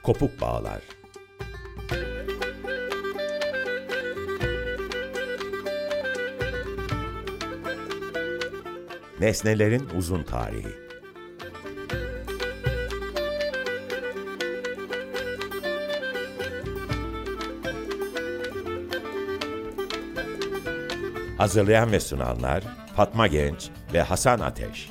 Kopuk bağlar. Nesnelerin uzun tarihi. Hazırlayan ve sunanlar Fatma Genç ve Hasan Ateş.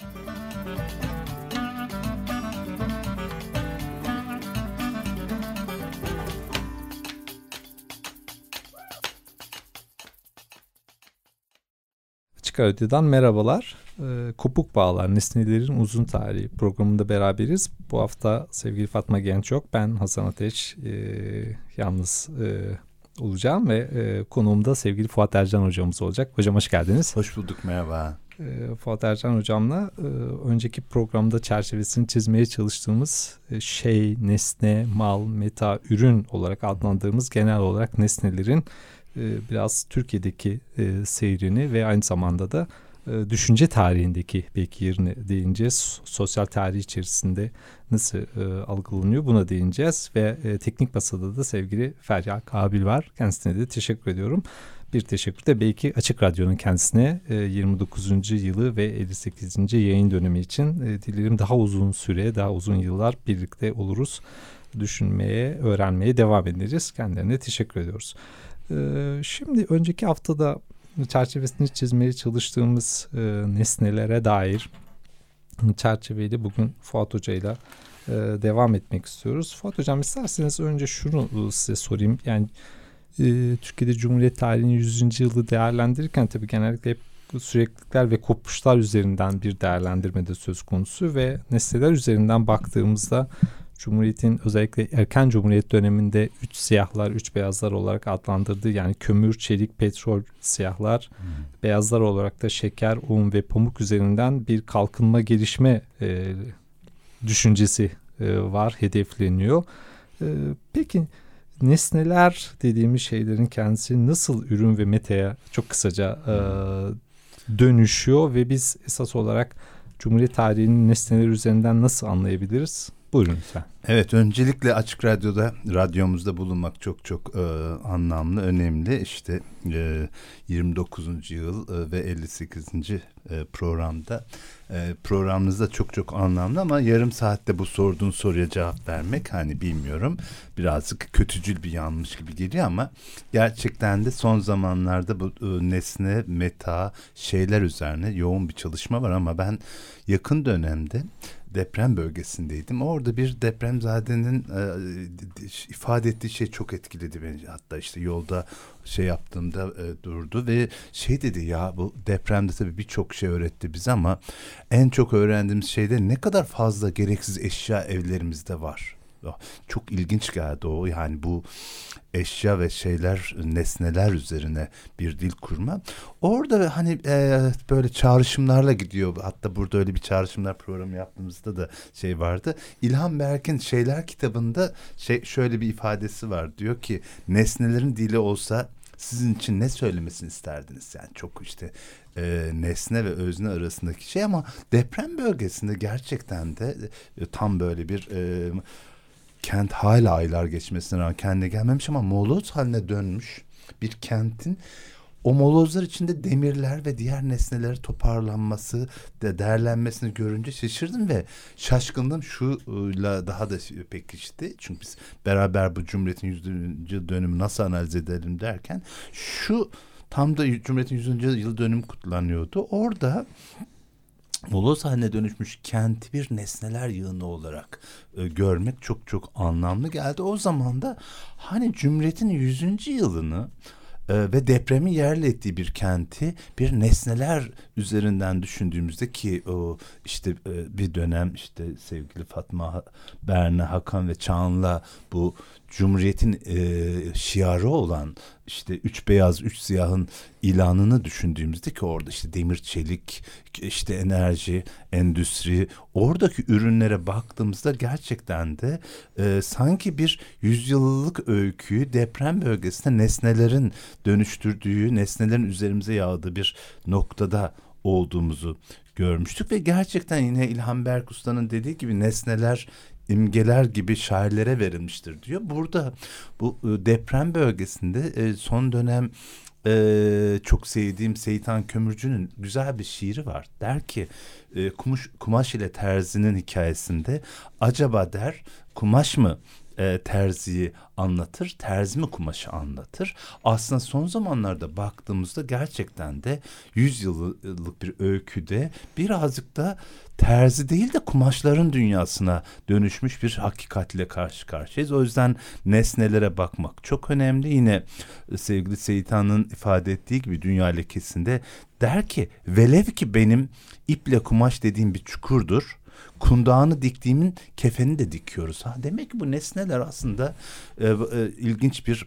Açık Radyo'dan merhabalar. Kopuk Bağlar, Nesnelerin Uzun Tarihi programında beraberiz. Bu hafta sevgili Fatma Genç yok. Ben Hasan Ateş yalnız olacağım ve konuğum da sevgili Fuat Ercan hocamız olacak. Hocam hoş geldiniz. Hoş bulduk, merhaba. Fuat Ercan hocamla önceki programda çerçevesini çizmeye çalıştığımız şey, nesne, mal, meta, ürün olarak adlandırdığımız genel olarak nesnelerin biraz Türkiye'deki seyrini ve aynı zamanda da düşünce tarihindeki belki yerine değineceğiz. Sosyal tarih içerisinde nasıl algılanıyor buna değineceğiz ve teknik masada da sevgili Ferya Kabil var. Kendisine de teşekkür ediyorum. Bir teşekkür de belki Açık Radyo'nun kendisine 29. yılı ve 58. yayın dönemi için dilerim daha uzun süre, daha uzun yıllar birlikte oluruz. Düşünmeye, öğrenmeye devam edeceğiz. Kendilerine teşekkür ediyoruz. Şimdi önceki haftada çerçevesini çizmeye çalıştığımız nesnelere dair çerçeveyle bugün Fuat Hoca ile devam etmek istiyoruz. Fuat Hocam, isterseniz önce şunu size sorayım. Yani Türkiye'de Cumhuriyet tarihinin 100. yılı değerlendirirken tabii genellikle hep süreklilikler ve kopuşlar üzerinden bir değerlendirme de söz konusu ve nesneler üzerinden baktığımızda Cumhuriyet'in özellikle erken Cumhuriyet döneminde 3 siyahlar, 3 beyazlar olarak adlandırdığı, yani kömür, çelik, petrol siyahlar, beyazlar olarak da şeker, un ve pamuk üzerinden bir kalkınma gelişme düşüncesi var, hedefleniyor. Peki nesneler dediğimiz şeylerin kendisi nasıl ürün ve metaya çok kısaca dönüşüyor ve biz esas olarak Cumhuriyet tarihinin nesneler üzerinden nasıl anlayabiliriz? Buyurun lütfen. Evet, öncelikle Açık Radyo'da, radyomuzda bulunmak çok çok anlamlı, önemli. İşte 29. yıl ve 58. programda programınızda çok çok anlamlı ama yarım saatte bu sorduğun soruya cevap vermek, hani bilmiyorum, birazcık kötücül bir yanlış gibi geliyor ama gerçekten de son zamanlarda bu nesne, meta, şeyler üzerine yoğun bir çalışma var ama ben yakın dönemde deprem bölgesindeydim. Orada bir depremzadenin ifade ettiği şey çok etkiledi beni. Hatta işte yolda şey yaptığımda durdu ve şey dedi, ya bu depremde tabii birçok şey öğretti bize ama en çok öğrendiğimiz şey de ne kadar fazla gereksiz eşya evlerimizde var. Çok ilginç geldi o, yani bu eşya ve şeyler, nesneler üzerine bir dil kurma. Orada hani böyle çağrışımlarla gidiyor. Hatta burada öyle bir çağrışımlar programı yaptığımızda da şey vardı. İlhan Berk'in Şeyler kitabında şöyle bir ifadesi var. Diyor ki, nesnelerin dili olsa sizin için ne söylemesini isterdiniz? Yani çok işte nesne ve özne arasındaki şey ama deprem bölgesinde gerçekten de tam böyle bir kent hala aylar geçmesine rağmen kendine gelmemiş ama moloz haline dönmüş bir kentin o molozlar içinde demirler ve diğer nesneleri toparlanması, değerlenmesini görünce şaşırdım ve şaşkınlığım şuyla daha da pekişti. Çünkü biz beraber bu Cumhuriyet'in 100. dönümü nasıl analiz edelim derken tam da Cumhuriyet'in 100. yıl dönümü kutlanıyordu. Orada moloz haline dönüşmüş kenti bir nesneler yığını olarak görmek çok çok anlamlı geldi. O zaman da hani Cumhuriyet'in 100. yılını ve depremin yerle ettiği bir kenti bir nesneler üzerinden düşündüğümüzde ki o işte bir dönem işte sevgili Fatma, Berna, Hakan ve Çağan'la bu Cumhuriyet'in şiarı olan işte 3 beyaz 3 siyahın ilanını düşündüğümüzde ki orada işte demir, çelik, işte enerji, endüstri, oradaki ürünlere baktığımızda gerçekten de sanki bir yüzyıllık öyküyü deprem bölgesinde nesnelerin dönüştürdüğü, nesnelerin üzerimize yağdığı bir noktada olduğumuzu görmüştük ve gerçekten yine İlhan Berk Usta'nın dediği gibi nesneler imgeler gibi şairlere verilmiştir diyor. Burada bu deprem bölgesinde son dönem çok sevdiğim Seyitan Kömürcü'nün güzel bir şiiri var. Der ki kumaş ile terzinin hikayesinde acaba der kumaş mı terziyi anlatır, terzi mi kumaşı anlatır? Aslında son zamanlarda baktığımızda gerçekten de 100 yıllık bir öyküde birazcık da terzi değil de kumaşların dünyasına dönüşmüş bir hakikatle karşı karşıyayız. O yüzden nesnelere bakmak çok önemli. Yine sevgili Seyitan'ın ifade ettiği gibi dünya lekesinde der ki velev ki benim iple kumaş dediğim bir çukurdur. Kundağını diktiğimin kefeni de dikiyoruz. Demek ki bu nesneler aslında ilginç bir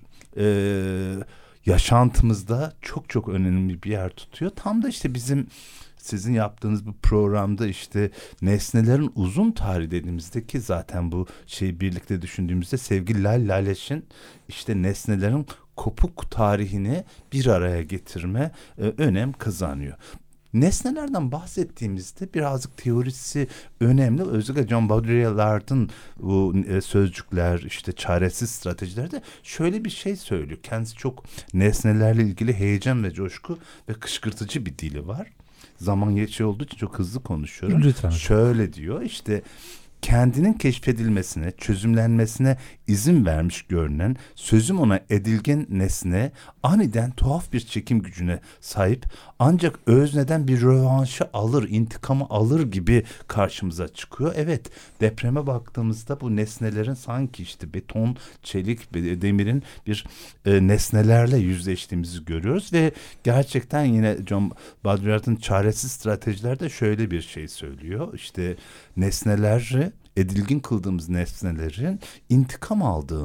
yaşantımızda çok çok önemli bir yer tutuyor. Tam da işte sizin yaptığınız bu programda işte nesnelerin uzun tarihi dediğimizdeki zaten bu şeyi birlikte düşündüğümüzde sevgili Laleş'in işte nesnelerin kopuk tarihini bir araya getirme önem kazanıyor. Nesnelerden bahsettiğimizde birazcık teorisi önemli. Özellikle John Baudrillard'ın bu sözcükler, işte çaresiz stratejilerde şöyle bir şey söylüyor. Kendisi çok nesnelerle ilgili heyecan ve coşku ve kışkırtıcı bir dili var. Zaman geçiyor olduğu için çok hızlı konuşuyorum. Lütfen. Şöyle diyor işte kendinin keşfedilmesine, çözümlenmesine izin vermiş görünen, sözüm ona edilgen nesne aniden tuhaf bir çekim gücüne sahip ancak özneden bir rövanşı alır, intikamı alır gibi karşımıza çıkıyor. Evet, depreme baktığımızda bu nesnelerin sanki işte beton, çelik, demirin bir nesnelerle yüzleştiğimizi görüyoruz ve gerçekten yine John Baudrillard'ın çaresiz stratejilerde şöyle bir şey söylüyor. İşte nesneleri, edilgin kıldığımız nesnelerin intikam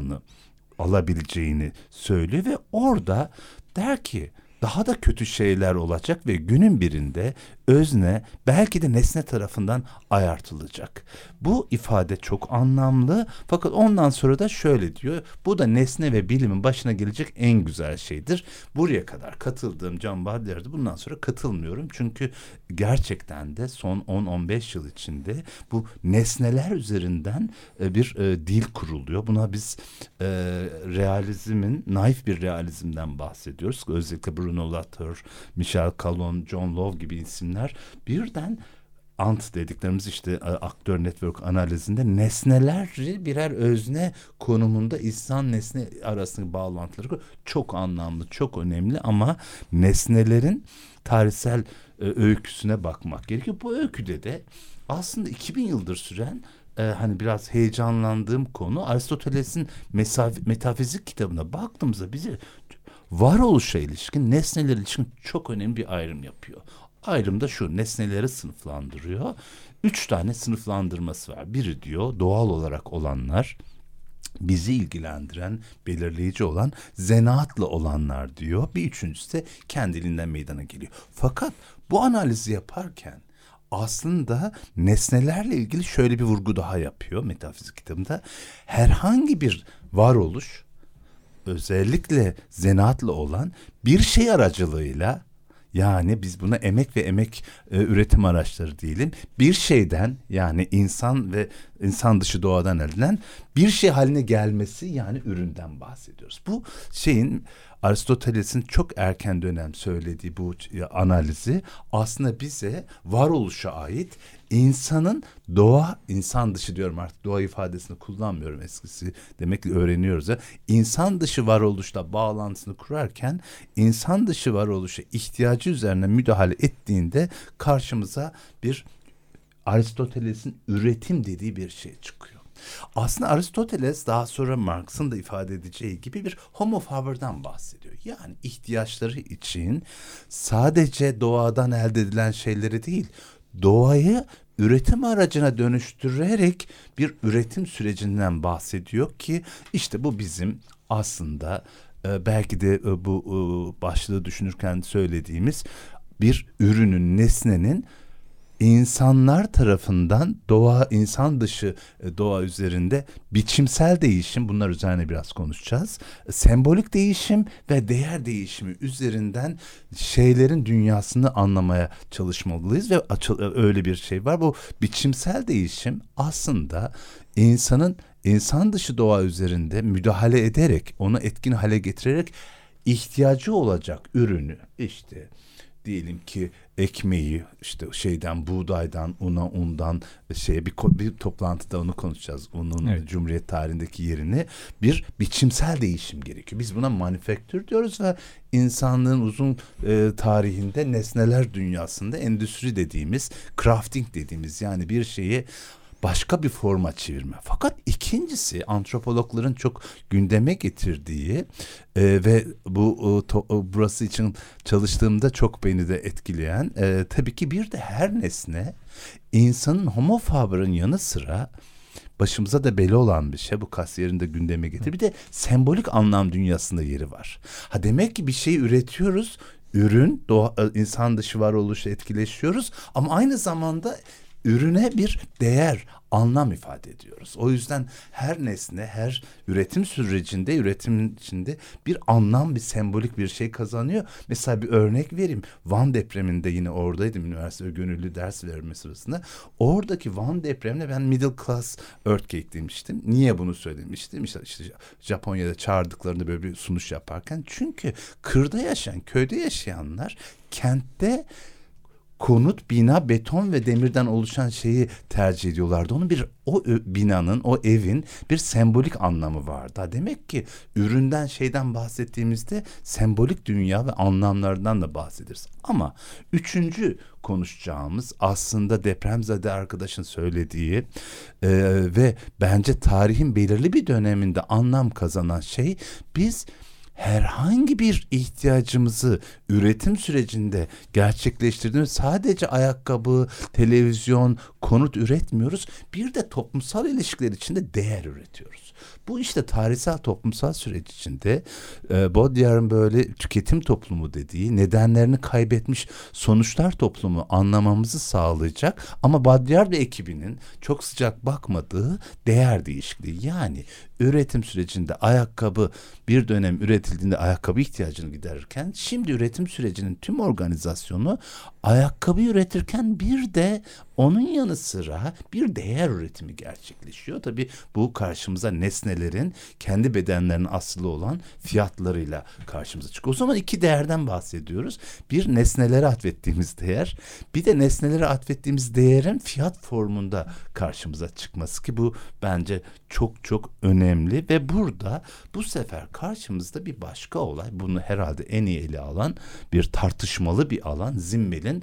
alabileceğini söylüyor ve orada der ki daha da kötü şeyler olacak ve günün birinde özne belki de nesne tarafından ayartılacak. Bu ifade çok anlamlı fakat ondan sonra da şöyle diyor. Bu da nesne ve bilimin başına gelecek en güzel şeydir. Buraya kadar katıldığım John Baudrillard'a bundan sonra katılmıyorum. Çünkü gerçekten de son 10-15 yıl içinde bu nesneler üzerinden bir dil kuruluyor. Buna biz realizmin, naif bir realizmden bahsediyoruz. Özellikle Bruno Latour, Michel Calon, John Locke gibi isimler birden ant dediklerimiz işte aktör network analizinde nesneleri birer özne konumunda insan nesne arasındaki bağlantıları çok anlamlı, çok önemli ama nesnelerin tarihsel öyküsüne bakmak gerekiyor. Bu öyküde de aslında 2000 yıldır süren hani biraz heyecanlandığım konu Aristoteles'in metafizik kitabına baktığımızda bize varoluşa ilişkin, nesneler ilişkin çok önemli bir ayrım yapıyor. Ayrım da şu, nesneleri sınıflandırıyor. 3 tane sınıflandırması var. Biri diyor doğal olarak olanlar, bizi ilgilendiren, belirleyici olan zanaatla olanlar diyor. Bir üçüncüsü de kendiliğinden meydana geliyor. Fakat bu analizi yaparken aslında nesnelerle ilgili şöyle bir vurgu daha yapıyor metafizik kitabında. Herhangi bir varoluş, özellikle zanaatla olan bir şey aracılığıyla, yani biz buna emek ve emek üretim araçları diyelim, bir şeyden, yani insan ve insan dışı doğadan elde bir şey haline gelmesi, yani üründen bahsediyoruz. Bu şeyin Aristoteles'in çok erken dönem söylediği bu analizi aslında bize varoluşa ait insanın insan dışı diyorum artık, doğa ifadesini kullanmıyorum, eskisi demek ki öğreniyoruz ya. İnsan dışı varoluşla bağlantısını kurarken insan dışı varoluşa ihtiyacı üzerine müdahale ettiğinde karşımıza bir Aristoteles'in üretim dediği bir şey çıkıyor. Aslında Aristoteles daha sonra Marx'ın da ifade edeceği gibi bir homo faber'dan bahsediyor. Yani ihtiyaçları için sadece doğadan elde edilen şeyleri değil, doğayı üretim aracına dönüştürerek bir üretim sürecinden bahsediyor ki işte bu bizim aslında belki de bu başlığı düşünürken söylediğimiz bir ürünün, nesnenin insanlar tarafından insan dışı doğa üzerinde biçimsel değişim, bunlar üzerine biraz konuşacağız. Sembolik değişim ve değer değişimi üzerinden şeylerin dünyasını anlamaya çalışmalıyız ve öyle bir şey var. Bu biçimsel değişim aslında insan dışı doğa üzerinde müdahale ederek, onu etkin hale getirerek ihtiyacı olacak ürünü, işte diyelim ki ekmeği, işte buğdaydan, undan bir toplantıda onu konuşacağız. Unun evet, Cumhuriyet tarihindeki yerini, bir biçimsel değişim gerekiyor. Biz buna manufacture diyoruz ve insanlığın uzun tarihinde nesneler dünyasında endüstri dediğimiz, crafting dediğimiz, yani bir şeyi başka bir forma çevirme. Fakat ikincisi, antropologların çok gündeme getirdiği ve burası için çalıştığımda çok beni de etkileyen, tabii ki bir de her nesne insanın, homo faber'ın yanı sıra başımıza da bela olan bir şey. Bu Cassier'in de gündeme getir. Bir de sembolik anlam dünyasında yeri var. Demek ki bir şey üretiyoruz, ürün, insan dışı varoluşla etkileşiyoruz ama aynı zamanda ürüne bir değer, anlam ifade ediyoruz. O yüzden her nesne, her üretimin içinde bir anlam, bir sembolik bir şey kazanıyor. Mesela bir örnek vereyim. Van depreminde, yine oradaydım üniversitede gönüllü ders verme sırasında. Oradaki Van depreminde ben middle class earthquake demiştim. Niye bunu söylemiştim? İşte Japonya'da çağırdıklarında böyle bir sunuş yaparken. Çünkü köyde yaşayanlar kentte konut, bina, beton ve demirden oluşan şeyi tercih ediyorlardı. O binanın, o evin bir sembolik anlamı vardı. Demek ki üründen, şeyden bahsettiğimizde sembolik dünya ve anlamlardan da bahsederiz. Ama üçüncü konuşacağımız aslında depremzede arkadaşın söylediği ve bence tarihin belirli bir döneminde anlam kazanan şey, biz herhangi bir ihtiyacımızı üretim sürecinde gerçekleştirdiğimiz, sadece ayakkabı, televizyon, konut üretmiyoruz. Bir de toplumsal ilişkiler içinde değer üretiyoruz. Bu işte tarihsel toplumsal süreç içinde Baudrillard'ın böyle tüketim toplumu dediği, nedenlerini kaybetmiş sonuçlar toplumu anlamamızı sağlayacak ama Baudrillard ve ekibinin çok sıcak bakmadığı değer değişikliği. Yani üretim sürecinde ayakkabı bir dönem üretildiğinde ayakkabı ihtiyacını giderirken, şimdi üretim sürecinin tüm organizasyonu ayakkabı üretirken bir de onun yanı sıra bir değer üretimi gerçekleşiyor. Tabii bu karşımıza nesnelerin kendi bedenlerinin aslı olan fiyatlarıyla karşımıza çıkıyor. O zaman iki değerden bahsediyoruz. Bir, nesnelere atfettiğimiz değer, bir de nesnelere atfettiğimiz değerin fiyat formunda karşımıza çıkması, ki bu bence çok çok önemli. Ve burada bu sefer karşımızda bir başka olay, bunu herhalde en iyi ele alan bir tartışmalı bir alan, Zimmel'in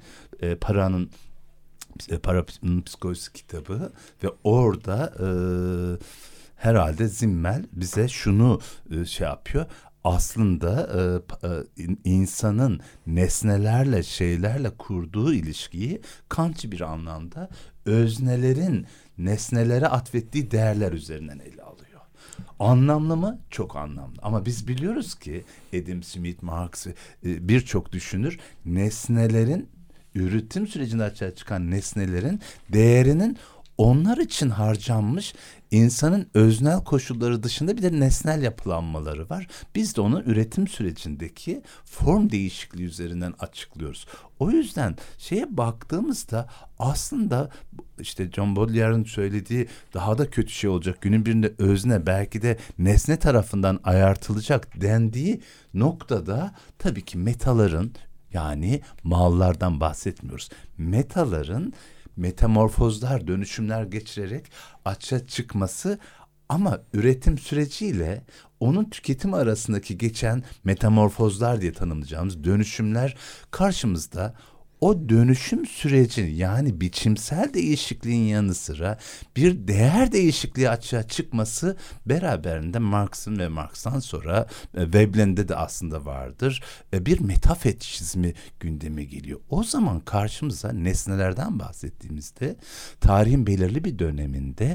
Para Psikolojisi kitabı ve orada herhalde Zimmel bize şunu yapıyor. Aslında insanın nesnelerle, şeylerle kurduğu ilişkiyi Kantçı bir anlamda öznelerin nesnelere atfettiği değerler üzerinden ele alıyor. Anlamlı mı? Çok anlamlı. Ama biz biliyoruz ki Adam Smith, Marx ve birçok düşünür, nesnelerin, üretim sürecinde açığa çıkan nesnelerin değerinin onlar için harcanmış insanın öznel koşulları dışında bir de nesnel yapılanmaları var. Biz de onu üretim sürecindeki form değişikliği üzerinden açıklıyoruz. O yüzden baktığımızda aslında işte John Baudrillard'ın söylediği daha da kötü şey olacak. Günün birinde özne belki de nesne tarafından ayartılacak dendiği noktada tabii ki metaların, yani mallardan bahsetmiyoruz. Metaların metamorfozlar, dönüşümler geçirerek açığa çıkması, ama üretim süreciyle onun tüketimi arasındaki geçen metamorfozlar diye tanımlayacağımız dönüşümler karşımızda. O dönüşüm sürecinin, yani biçimsel değişikliğin yanı sıra bir değer değişikliği açığa çıkması beraberinde Marx'ın ve Marx'tan sonra Veblen'de de aslında vardır, bir metafetişizmi gündeme geliyor. O zaman karşımıza nesnelerden bahsettiğimizde tarihin belirli bir döneminde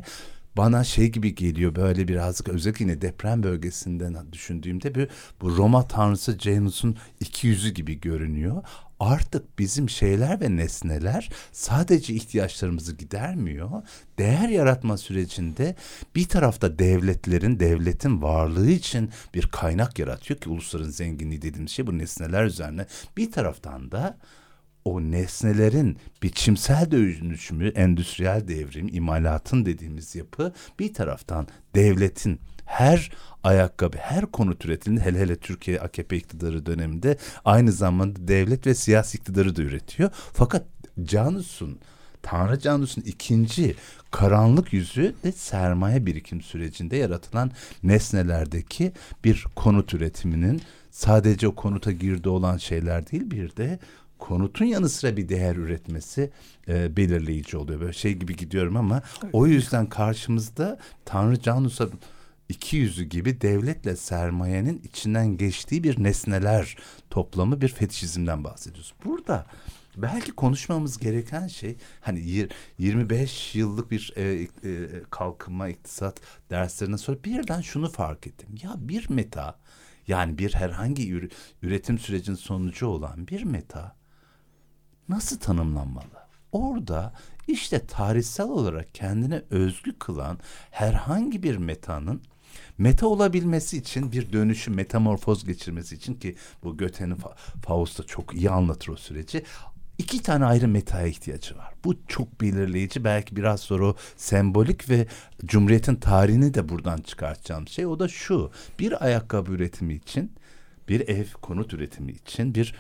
bana şey gibi geliyor, böyle birazcık özellikle yine deprem bölgesinden düşündüğümde bu Roma tanrısı Janus'un iki yüzü gibi görünüyor. Artık bizim şeyler ve nesneler sadece ihtiyaçlarımızı gidermiyor. Değer yaratma sürecinde bir tarafta devletin varlığı için bir kaynak yaratıyor ki ulusların zenginliği dediğimiz şey bu nesneler üzerine. Bir taraftan da o nesnelerin biçimsel dönüşümü, endüstriyel devrim, imalatın dediğimiz yapı, bir taraftan devletin her ayakkabı, her konut üretiminde, hele Türkiye AKP iktidarı döneminde aynı zamanda devlet ve siyasi iktidarı da üretiyor. Fakat Tanrı Janus'un ikinci karanlık yüzü de sermaye birikim sürecinde yaratılan nesnelerdeki bir konut üretiminin sadece o konuta girdi olan şeyler değil, bir de konutun yanı sıra bir değer üretmesi belirleyici oluyor. Böyle şey gibi gidiyorum ama o yüzden karşımızda Tanrı Janus'a iki yüzü gibi devletle sermayenin içinden geçtiği bir nesneler toplamı, bir fetişizmden bahsediyoruz. Burada belki konuşmamız gereken şey, hani 25 yıllık bir kalkınma iktisat derslerinden sonra birden şunu fark ettim. Ya bir meta, yani bir herhangi üretim sürecinin sonucu olan bir meta nasıl tanımlanmalı? Orada işte tarihsel olarak kendine özgü kılan herhangi bir metanın meta olabilmesi için, bir dönüşüm, metamorfoz geçirmesi için, ki bu Goethe'nin Faust'ta çok iyi anlatır o süreci, 2 tane ayrı metaya ihtiyacı var. Bu çok belirleyici. Belki biraz sonra o sembolik ve Cumhuriyet'in tarihini de buradan çıkartacağım şey. O da şu: bir ayakkabı üretimi için, bir ev konut üretimi için, bir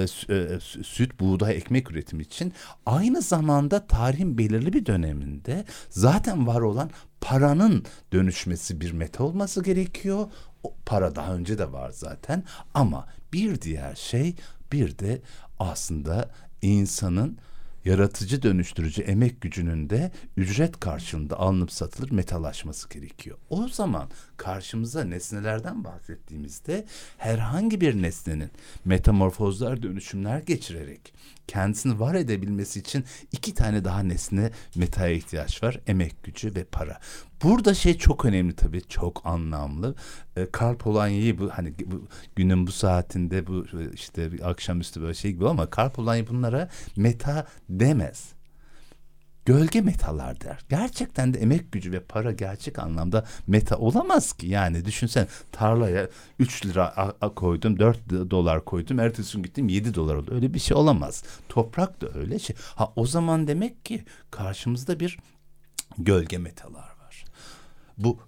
süt, buğday, ekmek üretimi için, aynı zamanda tarihin belirli bir döneminde zaten var olan paranın dönüşmesi bir meta olması gerekiyor. O para daha önce de var zaten, ama bir diğer şey, bir de aslında insanın yaratıcı, dönüştürücü emek gücünün de ücret karşılığında alınıp satılır metalaşması gerekiyor. O zaman karşımıza nesnelerden bahsettiğimizde herhangi bir nesnenin metamorfozlar, dönüşümler geçirerek kendisini var edebilmesi için 2 tane daha nesne metaya ihtiyaç var: emek gücü ve para. Burada şey çok önemli tabii, çok anlamlı. Karl Polanyi'yi bu günün bu saatinde bu işte akşamüstü böyle şey gibi, ama Karl Polanyi bunlara meta demez. Gölge metalar der. Gerçekten de emek gücü ve para gerçek anlamda meta olamaz ki. Yani düşünsen, tarlaya 3 lira koydum, 4 dolar koydum, ertesi gün gittim 7 dolar oldu. Öyle bir şey olamaz. Toprak da öyle şey. O zaman demek ki karşımızda bir gölge metalar var. Bu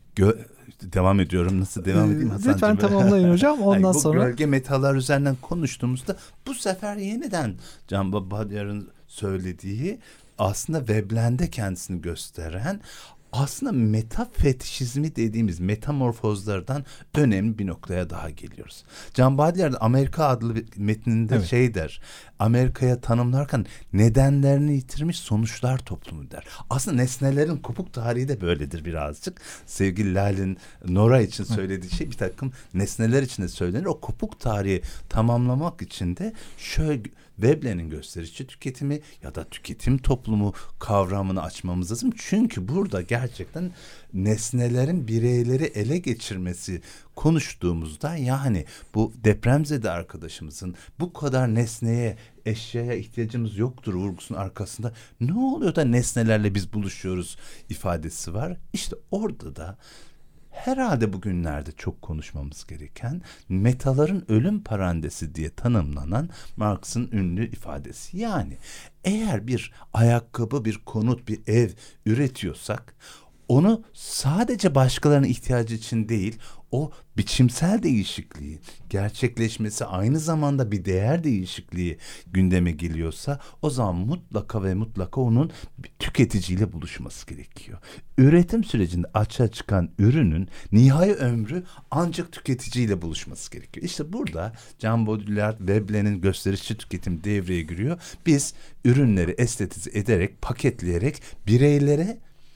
devam ediyorum. Nasıl devam edeyim Hasan'cığım? Lütfen tamamlayın hocam. Ondan bu sonra. Gölge metalar üzerinden konuştuğumuzda bu sefer yeniden Can Babadyar'ın söylediği, aslında Veblen'de kendisini gösteren, aslında metafetişizmi dediğimiz metamorfozlardan önemli bir noktaya daha geliyoruz. Can Baudrillard Amerika adlı bir metninde şey der: Amerika'ya tanımlarken nedenlerini yitirmiş sonuçlar toplumu der. Aslında nesnelerin kopuk tarihi de böyledir birazcık. Sevgili Lal'in Nora için söylediği şey bir takım nesneler için de söylenir. O kopuk tarihi tamamlamak için de şöyle Veblen'in gösterişçi tüketimi ya da tüketim toplumu kavramını açmamız lazım. Çünkü burada gerçekten nesnelerin bireyleri ele geçirmesi konuştuğumuzda, yani bu depremzede arkadaşımızın bu kadar nesneye, eşyaya ihtiyacımız yoktur vurgusunun arkasında ne oluyor da nesnelerle biz buluşuyoruz ifadesi var. İşte orada da herhalde bugünlerde çok konuşmamız gereken metaların ölüm parandesi diye tanımlanan Marx'ın ünlü ifadesi. Yani eğer bir ayakkabı, bir konut, bir ev üretiyorsak onu sadece başkalarının ihtiyacı için değil, o biçimsel değişikliği gerçekleşmesi aynı zamanda bir değer değişikliği gündeme geliyorsa, o zaman mutlaka ve mutlaka onun tüketiciyle buluşması gerekiyor. Üretim sürecinde açığa çıkan ürünün nihai ömrü ancak tüketiciyle buluşması gerekiyor. İşte burada Can Baudrillard, Veblen'in gösterişçi tüketim devreye giriyor. Biz ürünleri estetize ederek, paketleyerek bireylere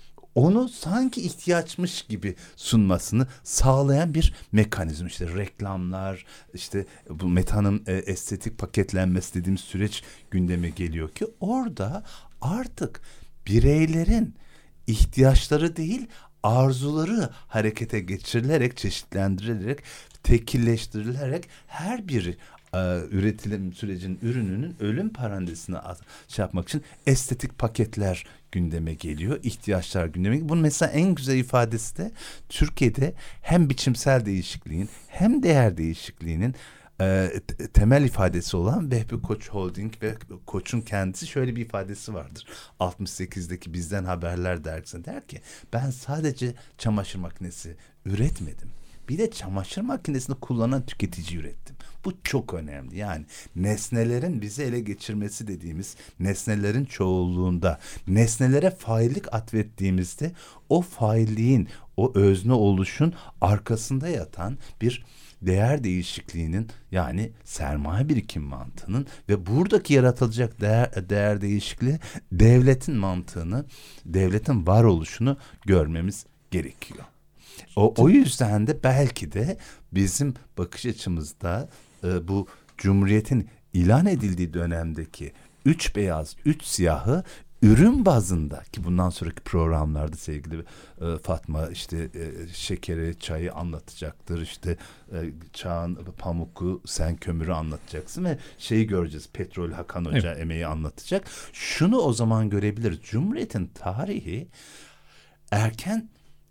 onu sanki ihtiyaçmış gibi sunmasını sağlayan bir mekanizm. İşte reklamlar, işte bu metanın estetik paketlenmesi dediğimiz süreç gündeme geliyor ki orada artık bireylerin ihtiyaçları değil, arzuları harekete geçirilerek, çeşitlendirilerek, tekilleştirilerek her bir üretilim sürecinin ürününün ölüm parantezine yapmak için estetik paketler gündeme geliyor, ihtiyaçlar gündeme geliyor. Bunun mesela en güzel ifadesi de Türkiye'de hem biçimsel değişikliğin hem değer değişikliğinin temel ifadesi olan Vehbi Koç Holding ve Koç'un kendisi şöyle bir ifadesi vardır. 68'deki Bizden Haberler dergisinde der ki, ben sadece çamaşır makinesi üretmedim. Bir de çamaşır makinesini kullanan tüketici ürettim. Bu çok önemli. Yani nesnelerin bizi ele geçirmesi dediğimiz nesnelerin çoğulluğunda, nesnelere faillik atfettiğimizde o failliğin, o özne oluşun arkasında yatan bir değer değişikliğinin, yani sermaye birikim mantığının ve buradaki yaratılacak değer değişikliği devletin mantığını, devletin varoluşunu görmemiz gerekiyor. O yüzden de belki de bizim bakış açımızda bu Cumhuriyet'in ilan edildiği dönemdeki 3 beyaz 3 siyahı ürün bazında, ki bundan sonraki programlarda sevgili Fatma işte şekeri, çayı anlatacaktır, işte çağın pamuku, sen kömürü anlatacaksın ve şeyi göreceğiz, petrol Hakan Hoca emeği anlatacak. Şunu o zaman görebiliriz, Cumhuriyet'in tarihi erken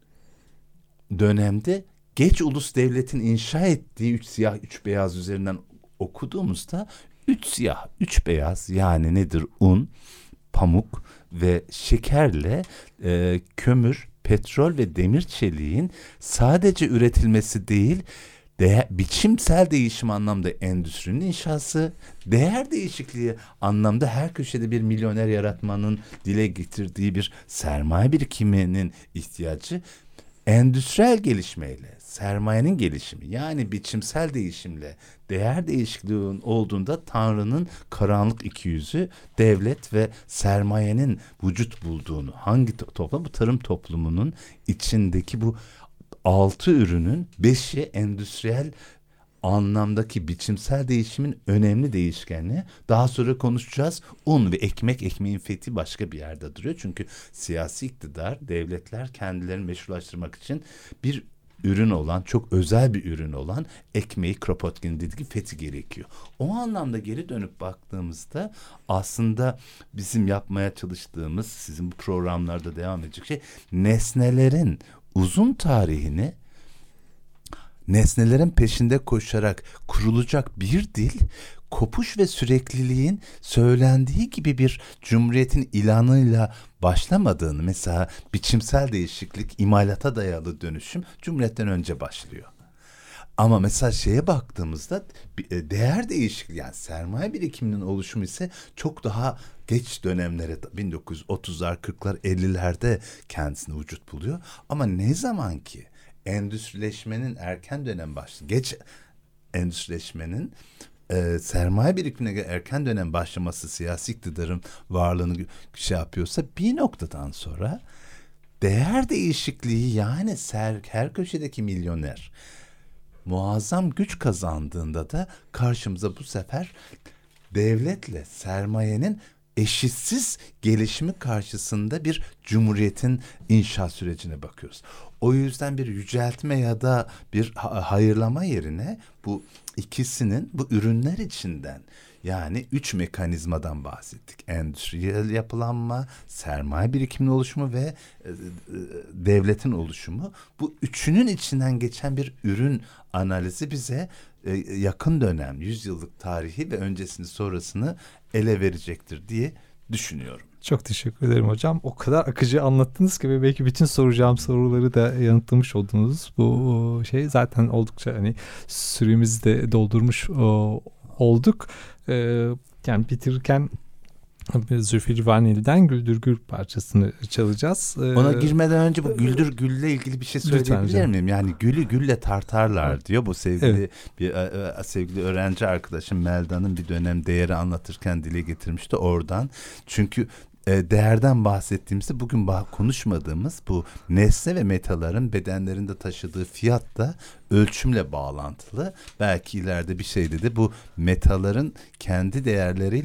dönemde geç ulus devletin inşa ettiği 3 siyah 3 beyaz üzerinden okuduğumuzda 3 siyah 3 beyaz, yani nedir? Un, pamuk ve şekerle kömür, petrol ve demir çeliğin sadece üretilmesi değil, biçimsel değişim anlamda endüstrinin inşası, değer değişikliği anlamda her köşede bir milyoner yaratmanın dile getirdiği bir sermaye birikiminin ihtiyacı, endüstriyel gelişmeyle sermayenin gelişimi, yani biçimsel değişimle değer değişikliğinin olduğunda Tanrı'nın karanlık iki yüzü, devlet ve sermayenin vücut bulduğunu, hangi toplum? Bu tarım toplumunun içindeki bu 6 ürünün 5'i endüstriyel anlamdaki biçimsel değişimin önemli değişkenliği. Daha sonra konuşacağız. Un ve ekmeğin fethi başka bir yerde duruyor. Çünkü siyasi iktidar, devletler kendilerini meşrulaştırmak için bir ürün olan, çok özel bir ürün olan ekmeği, Kropotkin dediği fethi gerekiyor. O anlamda geri dönüp baktığımızda aslında bizim yapmaya çalıştığımız, sizin bu programlarda devam edecek şey, nesnelerin uzun tarihini, nesnelerin peşinde koşarak kurulacak bir dil, kopuş ve sürekliliğin söylendiği gibi bir cumhuriyetin ilanıyla başlamadığını, mesela biçimsel değişiklik, imalata dayalı dönüşüm cumhuriyetten önce başlıyor. Ama mesela şeye baktığımızda değer değişikliği, yani sermaye birikiminin oluşumu ise çok daha geç dönemlere, 1930'lar, 40'lar, 50'lerde kendisini vücut buluyor. Ama ne zaman ki endüstrileşmenin erken dönem başladı, geç endüstrileşmenin sermaye birikimine erken dönem başlaması siyasi iktidarın varlığını şey yapıyorsa, bir noktadan sonra değer değişikliği, yani her köşedeki milyoner muazzam güç kazandığında da karşımıza bu sefer devletle sermayenin eşitsiz gelişimi karşısında bir cumhuriyetin inşa sürecine bakıyoruz. O yüzden bir yüceltme ya da bir hayırlama yerine bu ikisinin, bu ürünler içinden, yani 3 mekanizmadan bahsettik. Endüstriyel yapılanma, sermaye birikiminin oluşumu ve devletin oluşumu. Bu üçünün içinden geçen bir ürün analizi bize yakın dönem, 100 yıllık tarihi ve öncesini sonrasını ele verecektir diye düşünüyorum. Çok teşekkür ederim hocam. O kadar akıcı anlattınız ki ve belki bütün soracağım soruları da yanıtlamış oldunuz. Bu şey zaten oldukça hani süremizi de doldurmuş olduk. Yani bitirirken Zülfü Livaneli'den Güldür Gül parçasını çalacağız. Ona girmeden önce bu Güldür Gül'le ilgili bir şey söyleyebilir miyim? Yani gülü gülle tartarlar diyor. Bu sevgili sevgili öğrenci arkadaşım Melda'nın bir dönem değeri anlatırken dile getirmişti oradan. Çünkü değerden bahsettiğimizde bugün konuşmadığımız bu nesne ve metaların bedenlerinde taşıdığı fiyat da ölçümle bağlantılı. Belki ileride bir şeyde de bu metaların kendi değerleriyle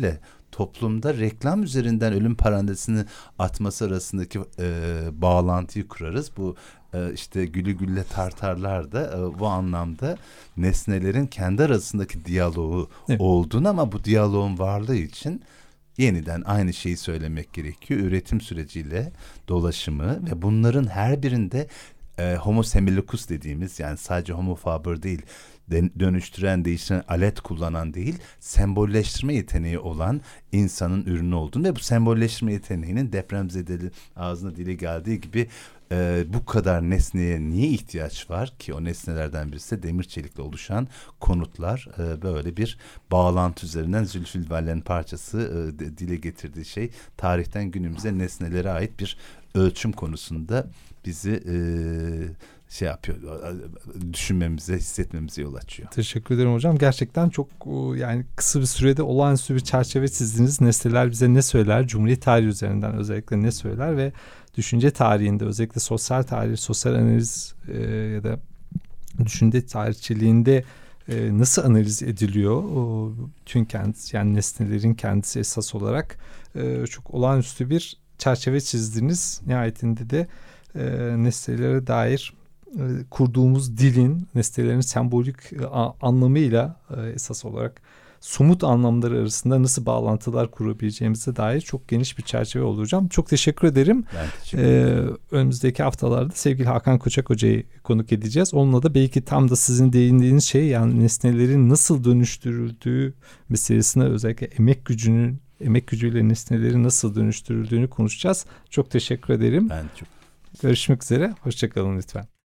toplumda reklam üzerinden ölüm parantezini atması arasındaki bağlantıyı kurarız. Bu işte Gülü Gülle Tartarlar da bu anlamda nesnelerin kendi arasındaki diyaloğu olduğunu, ama bu diyaloğun varlığı için yeniden aynı şeyi söylemek gerekiyor. Üretim süreciyle dolaşımı ve bunların her birinde homo semilicus dediğimiz, yani sadece homo faber değil, dönüştüren, değiştiren, alet kullanan değil, sembolleştirme yeteneği olan insanın ürünü olduğunu ve bu sembolleştirme yeteneğinin depremzedeli ağzına dile geldiği gibi bu kadar nesneye niye ihtiyaç var ki? O nesnelerden birisi de demir çelikle oluşan konutlar. Böyle bir bağlantı üzerinden Zülfülvalle'nin parçası dile getirdiği şey, tarihten günümüze nesnelere ait bir ölçüm konusunda bizi şey yapıyor, düşünmemize, hissetmemize yol açıyor. Teşekkür ederim hocam. Gerçekten çok, yani kısa bir sürede olağanüstü bir çerçeve çizdiniz. Nesneler bize ne söyler? Cumhuriyet tarihi üzerinden özellikle ne söyler ve düşünce tarihinde, özellikle sosyal tarih, sosyal analiz ya da düşünce tarihçiliğinde nasıl analiz ediliyor? Tüm kendisi, yani nesnelerin kendisi esas olarak çok olağanüstü bir çerçeve çizdiniz. Nihayetinde de nesnelere dair kurduğumuz dilin, nesnelerin sembolik anlamıyla esas olarak somut anlamları arasında nasıl bağlantılar kurabileceğimize dair çok geniş bir çerçeve oldu hocam. Çok teşekkür ederim. Ben teşekkür ederim. Önümüzdeki haftalarda sevgili Hakan Koçak Hoca'yı konuk edeceğiz. Onunla da belki tam da sizin değindiğiniz şey, yani nesnelerin nasıl dönüştürüldüğü meselesine, özellikle emek gücüyle nesnelerin nasıl dönüştürüldüğünü konuşacağız. Çok teşekkür ederim. Ben çok Görüşmek üzere. Hoşça kalın lütfen.